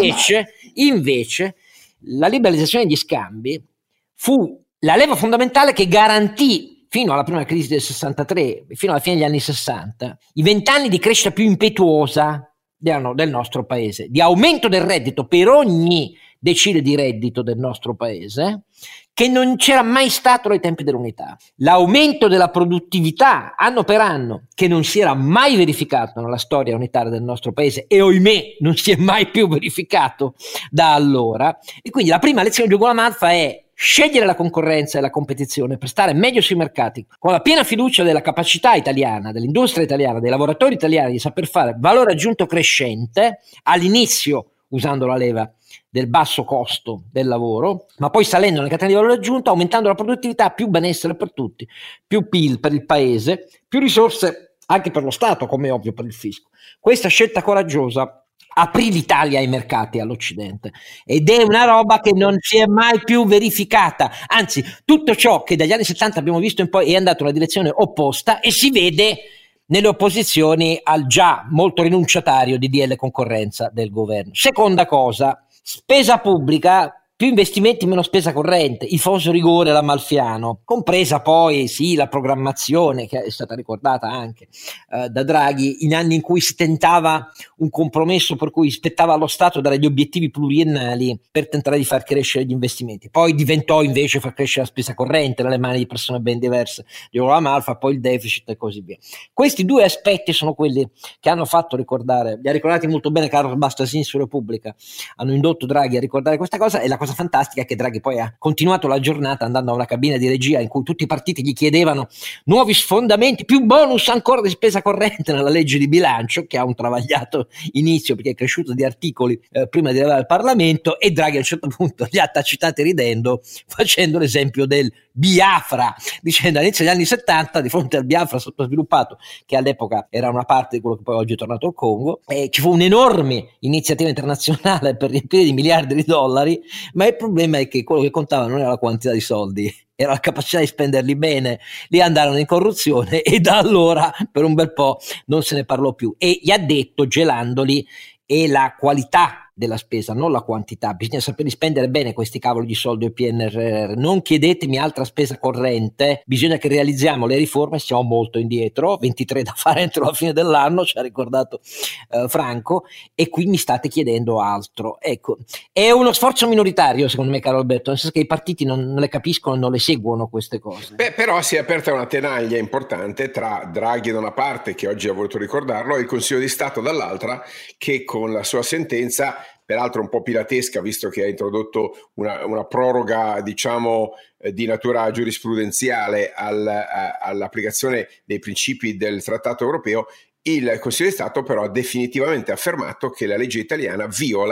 invece la liberalizzazione degli scambi fu la leva fondamentale che garantì fino alla prima crisi del 63, fino alla fine degli anni 60, i 20 anni di crescita più impetuosa del nostro paese, di aumento del reddito per ogni decile di reddito del nostro paese, che non c'era mai stato dai tempi dell'unità. L'aumento della produttività anno per anno, che non si era mai verificato nella storia unitaria del nostro paese e ohimè non si è mai più verificato da allora. E quindi la prima lezione di Ugo La Malfa è scegliere la concorrenza e la competizione per stare meglio sui mercati, con la piena fiducia della capacità italiana, dell'industria italiana, dei lavoratori italiani di saper fare valore aggiunto crescente, all'inizio usando la leva del basso costo del lavoro, ma poi salendo nella catena di valore aggiunto, aumentando la produttività, più benessere per tutti, più PIL per il paese, più risorse anche per lo Stato, come è ovvio per il fisco. Questa scelta coraggiosa aprì l'Italia ai mercati, all'Occidente, ed è una roba che non si è mai più verificata. Anzi, tutto ciò che dagli anni 70 abbiamo visto in poi è andato nella direzione opposta e si vede nelle opposizioni al già molto rinunciatario DDL concorrenza del governo. Seconda cosa, spesa pubblica, più investimenti, meno spesa corrente, il famoso rigore lamalfiano, compresa poi sì la programmazione che è stata ricordata anche da Draghi in anni in cui si tentava un compromesso per cui spettava allo Stato dare gli obiettivi pluriennali per tentare di far crescere gli investimenti. Poi diventò invece far crescere la spesa corrente nelle mani di persone ben diverse, di Ugo La Malfa, poi il deficit e così via. Questi due aspetti sono quelli che hanno fatto ricordare, li ha ricordati molto bene Carlo Bastasini su Repubblica, hanno indotto Draghi a ricordare questa cosa. E la cosa fantastica è che Draghi poi ha continuato la giornata andando a una cabina di regia in cui tutti i partiti gli chiedevano nuovi sfondamenti, più bonus ancora di spesa corrente nella legge di bilancio, che ha un travagliato inizio perché è cresciuto di articoli prima di arrivare al Parlamento, e Draghi a un certo punto li ha tacitati ridendo facendo l'esempio del Biafra, dicendo all'inizio degli anni 70 di fronte al Biafra sottosviluppato, che all'epoca era una parte di quello che poi oggi è tornato al Congo, ci fu un'enorme iniziativa internazionale per riempire di miliardi di dollari, ma il problema è che quello che contava non era la quantità di soldi, era la capacità di spenderli bene. Lì andarono in corruzione e da allora per un bel po' non se ne parlò più, e gli ha detto, gelandoli, è la qualità della spesa, non la quantità. Bisogna saperli spendere bene questi cavoli di soldi del PNRR. Non chiedetemi altra spesa corrente, bisogna che realizziamo le riforme, siamo molto indietro, 23 da fare entro la fine dell'anno, ci ha ricordato Franco, e qui mi state chiedendo altro. Ecco, è uno sforzo minoritario secondo me, caro Alberto, nel senso che i partiti non le capiscono, non le seguono queste cose. Però si è aperta una tenaglia importante tra Draghi da una parte, che oggi ha voluto ricordarlo, e il Consiglio di Stato dall'altra, che con la sua sentenza, peraltro un po' piratesca, visto che ha introdotto una proroga, diciamo, di natura giurisprudenziale all'applicazione dei principi del Trattato europeo, il Consiglio di Stato però ha definitivamente affermato che la legge italiana viola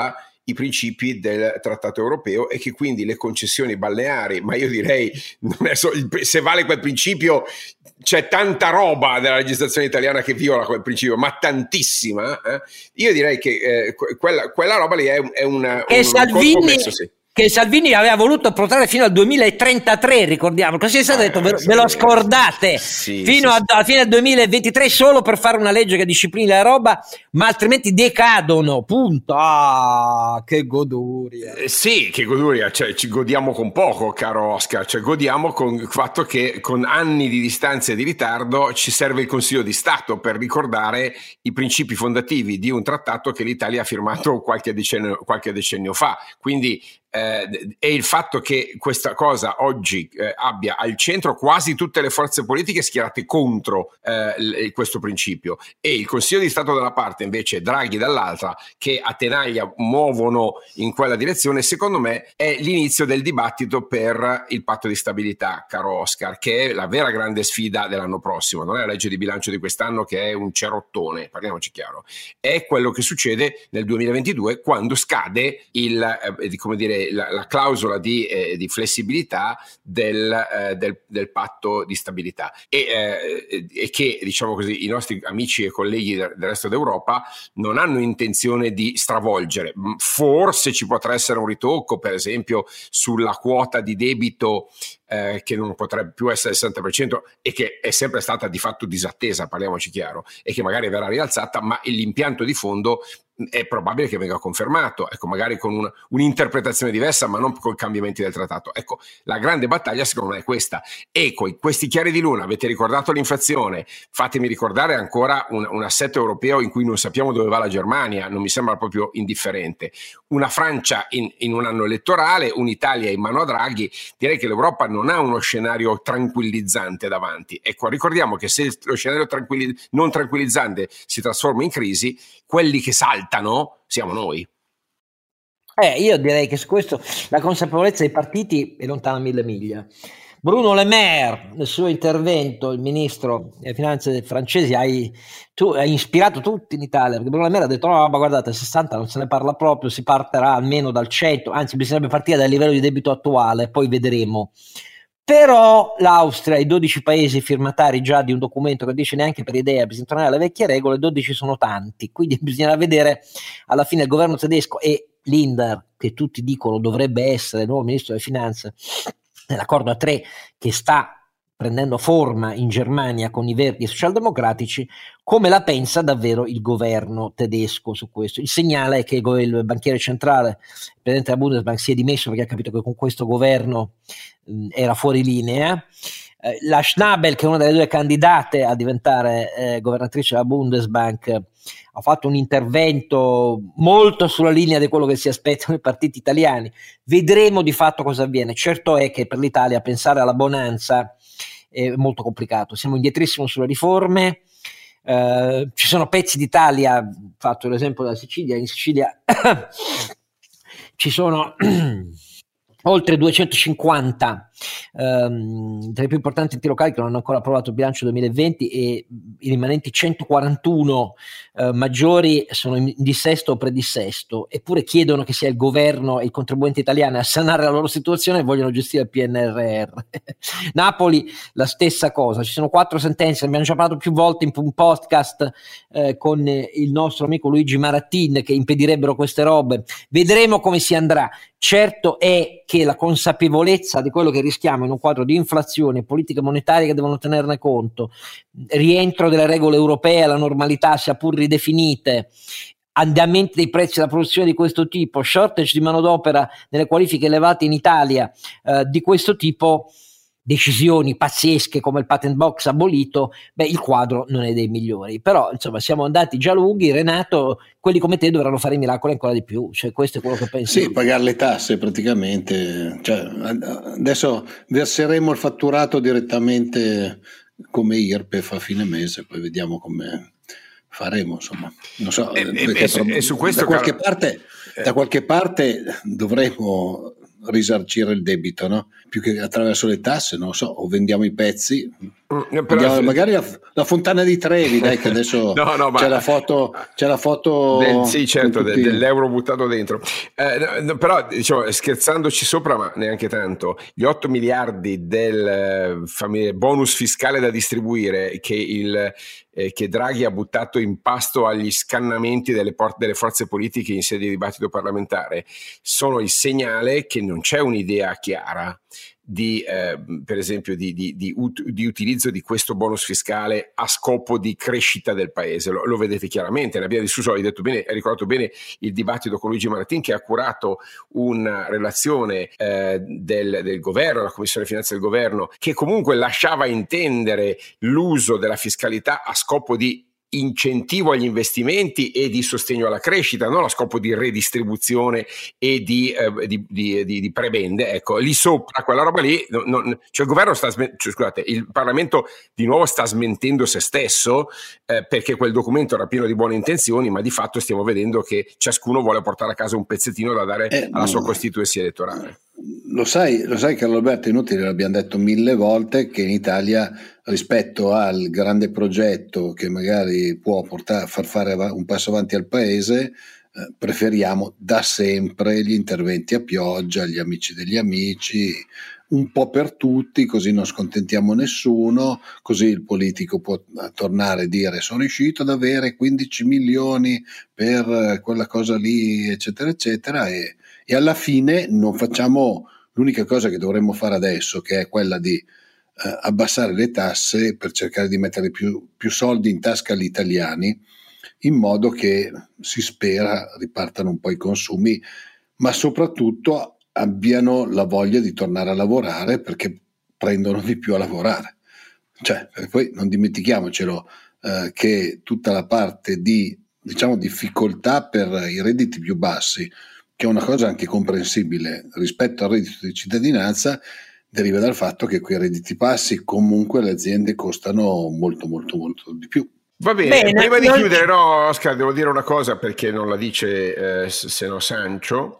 i principi del trattato europeo e che quindi le concessioni balneari, ma io direi se vale quel principio, c'è tanta roba della legislazione italiana che viola quel principio, ma tantissima. Io direi che quella roba lì è un compromesso, sì. Che Salvini aveva voluto protrarre fino al 2033, ricordiamo, così è stato detto, ve lo scordate, fino alla fine del 2023 solo per fare una legge che disciplini la roba, ma altrimenti decadono, punto. Che goduria. Sì, che goduria, cioè ci godiamo con poco, caro Oscar, cioè godiamo con il fatto che con anni di distanza e di ritardo ci serve il Consiglio di Stato per ricordare i principi fondativi di un trattato che l'Italia ha firmato qualche decennio fa, quindi e il fatto che questa cosa oggi abbia al centro quasi tutte le forze politiche schierate contro questo principio e il Consiglio di Stato da una parte invece Draghi dall'altra che a tenaglia muovono in quella direzione, secondo me è l'inizio del dibattito per il patto di stabilità, caro Oscar, che è la vera grande sfida dell'anno prossimo. Non è la legge di bilancio di quest'anno che è un cerottone, parliamoci chiaro, è quello che succede nel 2022 quando scade la clausola di flessibilità del patto di stabilità e che, diciamo così, i nostri amici e colleghi del resto d'Europa non hanno intenzione di stravolgere. Forse ci potrà essere un ritocco, per esempio sulla quota di debito che non potrebbe più essere il 60% e che è sempre stata di fatto disattesa, parliamoci chiaro, e che magari verrà rialzata, ma l'impianto di fondo è probabile che venga confermato, ecco, magari con un'interpretazione diversa, ma non con cambiamenti del trattato. Ecco, la grande battaglia secondo me è questa. E con questi chiari di luna, avete ricordato l'inflazione, fatemi ricordare ancora un assetto europeo in cui non sappiamo dove va la Germania, non mi sembra proprio indifferente. Una Francia in un anno elettorale, un'Italia in mano a Draghi, direi che l'Europa non ha uno scenario tranquillizzante davanti. Ecco, ricordiamo che se lo scenario non tranquillizzante si trasforma in crisi, quelli che saltano siamo noi. Io direi che su questo la consapevolezza dei partiti è lontana 1000 miglia. Bruno Le Maire, nel suo intervento, il ministro delle finanze francese, hai ispirato tutti in Italia, perché Bruno Le Maire ha detto ma guardate, 60 non se ne parla proprio, si partirà almeno dal 100, anzi bisognerebbe partire dal livello di debito attuale, poi vedremo. Però l'Austria, i 12 paesi firmatari già di un documento che dice neanche per idea bisogna tornare alle vecchie regole, 12 sono tanti, quindi bisognerà vedere alla fine il governo tedesco e Lindner, che tutti dicono dovrebbe essere il nuovo ministro delle finanze, nell'accordo a 3 che sta prendendo forma in Germania con i verdi e socialdemocratici, come la pensa davvero il governo tedesco su questo. Il segnale è che il banchiere centrale, il presidente della Bundesbank, si è dimesso perché ha capito che con questo governo era fuori linea. La Schnabel, che è una delle due candidate a diventare governatrice della Bundesbank, ha fatto un intervento molto sulla linea di quello che si aspettano i partiti italiani. Vedremo di fatto cosa avviene. Certo è che per l'Italia pensare alla bonanza è molto complicato. Siamo indietrissimo sulle riforme. Ci sono pezzi d'Italia, fatto l'esempio della Sicilia. In Sicilia ci sono oltre 250 tra i più importanti enti locali che non hanno ancora approvato il bilancio 2020 e i rimanenti 141 maggiori sono in dissesto o predissesto, eppure chiedono che sia il governo e i contribuenti italiani a sanare la loro situazione e vogliono gestire il PNRR. Napoli la stessa cosa, ci sono 4 sentenze, abbiamo già parlato più volte in un podcast con il nostro amico Luigi Marattin, che impedirebbero queste robe. Vedremo come si andrà. Certo è che la consapevolezza di quello che rischiamo in un quadro di inflazione e politiche monetarie che devono tenerne conto, rientro delle regole europee alla normalità sia pur ridefinite, andamenti dei prezzi della produzione di questo tipo, shortage di manodopera nelle qualifiche elevate in Italia di questo tipo, decisioni pazzesche come il patent box abolito, il quadro non è dei migliori. Però insomma siamo andati già lunghi, Renato, quelli come te dovranno fare i miracoli ancora di più, cioè questo è quello che penso. Sì, pagare le tasse praticamente, cioè, adesso verseremo il fatturato direttamente come IRPEF a fine mese, poi vediamo come faremo, insomma. Non so, su questo da qualche parte dovremo risarcire il debito, no? Più che attraverso le tasse, non lo so, o vendiamo i pezzi, Però, magari la Fontana di Trevi, dai, che adesso c'è la foto sì, certo, dell'euro buttato dentro. Però diciamo, scherzandoci sopra, ma neanche tanto, gli 8 miliardi del bonus fiscale da distribuire che Draghi ha buttato in pasto agli scannamenti delle forze politiche in sede di dibattito parlamentare sono il segnale che non c'è un'idea chiara per esempio di utilizzo di questo bonus fiscale a scopo di crescita del paese. Lo vedete chiaramente, ne abbiamo discusso, hai ricordato bene il dibattito con Luigi Martin, che ha curato una relazione del governo, la Commissione Finanze del Governo, che comunque lasciava intendere l'uso della fiscalità a scopo di incentivo agli investimenti e di sostegno alla crescita, non a scopo di redistribuzione e di prebende. Ecco, lì sopra quella roba lì, cioè il governo scusate, il Parlamento di nuovo sta smentendo se stesso, perché quel documento era pieno di buone intenzioni, ma di fatto stiamo vedendo che ciascuno vuole portare a casa un pezzettino da dare alla sua costituenza elettorale. Lo sai Carlo Alberto, inutile, l'abbiamo detto 1000 volte, che in Italia, rispetto al grande progetto che magari può far fare un passo avanti al paese, preferiamo da sempre gli interventi a pioggia, gli amici degli amici, un po' per tutti, così non scontentiamo nessuno, così il politico può tornare a dire sono riuscito ad avere 15 milioni per quella cosa lì, eccetera eccetera, e alla fine non facciamo l'unica cosa che dovremmo fare adesso, che è quella di abbassare le tasse per cercare di mettere più soldi in tasca agli italiani, in modo che, si spera, ripartano un po' i consumi, ma soprattutto abbiano la voglia di tornare a lavorare, perché prendono di più a lavorare. Cioè, poi non dimentichiamocelo, che tutta la parte di, diciamo, difficoltà per i redditi più bassi, che è una cosa anche comprensibile rispetto al reddito di cittadinanza, deriva dal fatto che quei redditi bassi comunque le aziende costano molto molto molto di più. Va bene, prima di chiudere, no, Oscar, devo dire una cosa, perché non la dice se no Sancho.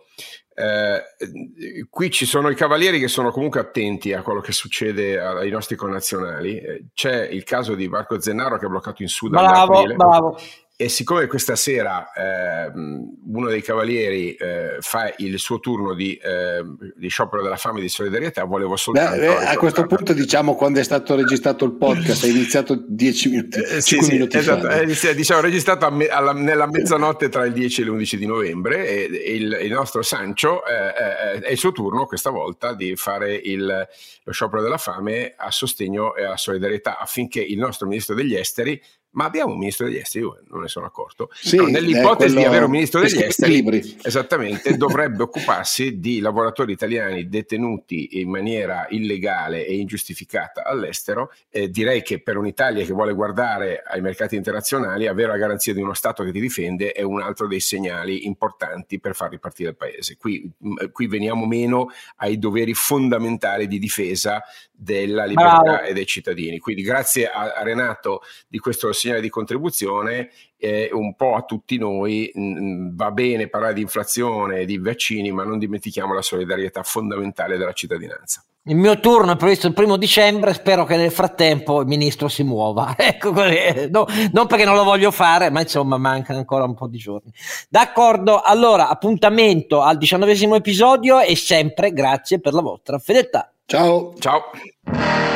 Qui ci sono i cavalieri che sono comunque attenti a quello che succede ai nostri connazionali. C'è il caso di Marco Zennaro, che è bloccato in Sudan da aprile. Bravo. E siccome questa sera uno dei cavalieri fa il suo turno di sciopero della fame e di solidarietà, volevo soltanto a questo punto diciamo quando è stato registrato il podcast, è iniziato 10 minuti, 5 minuti esatto, fa. Diciamo registrato nella mezzanotte tra il 10 e l'11 di novembre, e il nostro Sancho è il suo turno questa volta di fare lo sciopero della fame a sostegno e a solidarietà, affinché il nostro ministro degli esteri, ma abbiamo un ministro degli esteri, io non ne sono accorto, sì, no, nell'ipotesi di avere un ministro degli esteri, esattamente, dovrebbe occuparsi di lavoratori italiani detenuti in maniera illegale e ingiustificata all'estero. Direi che per un'Italia che vuole guardare ai mercati internazionali, avere la garanzia di uno Stato che ti difende è un altro dei segnali importanti per far ripartire il paese. Qui veniamo meno ai doveri fondamentali di difesa della libertà e dei cittadini. Quindi grazie a Renato di questo segnale di contribuzione, un po' a tutti noi. Va bene parlare di inflazione e di vaccini, ma non dimentichiamo la solidarietà fondamentale della cittadinanza. Il mio turno è previsto il 1° dicembre, spero che nel frattempo il ministro si muova. Ecco, no, non perché non lo voglio fare, ma insomma mancano ancora un po' di giorni. D'accordo, allora appuntamento al 19° episodio, e sempre grazie per la vostra fedeltà. Ciao. Ciao.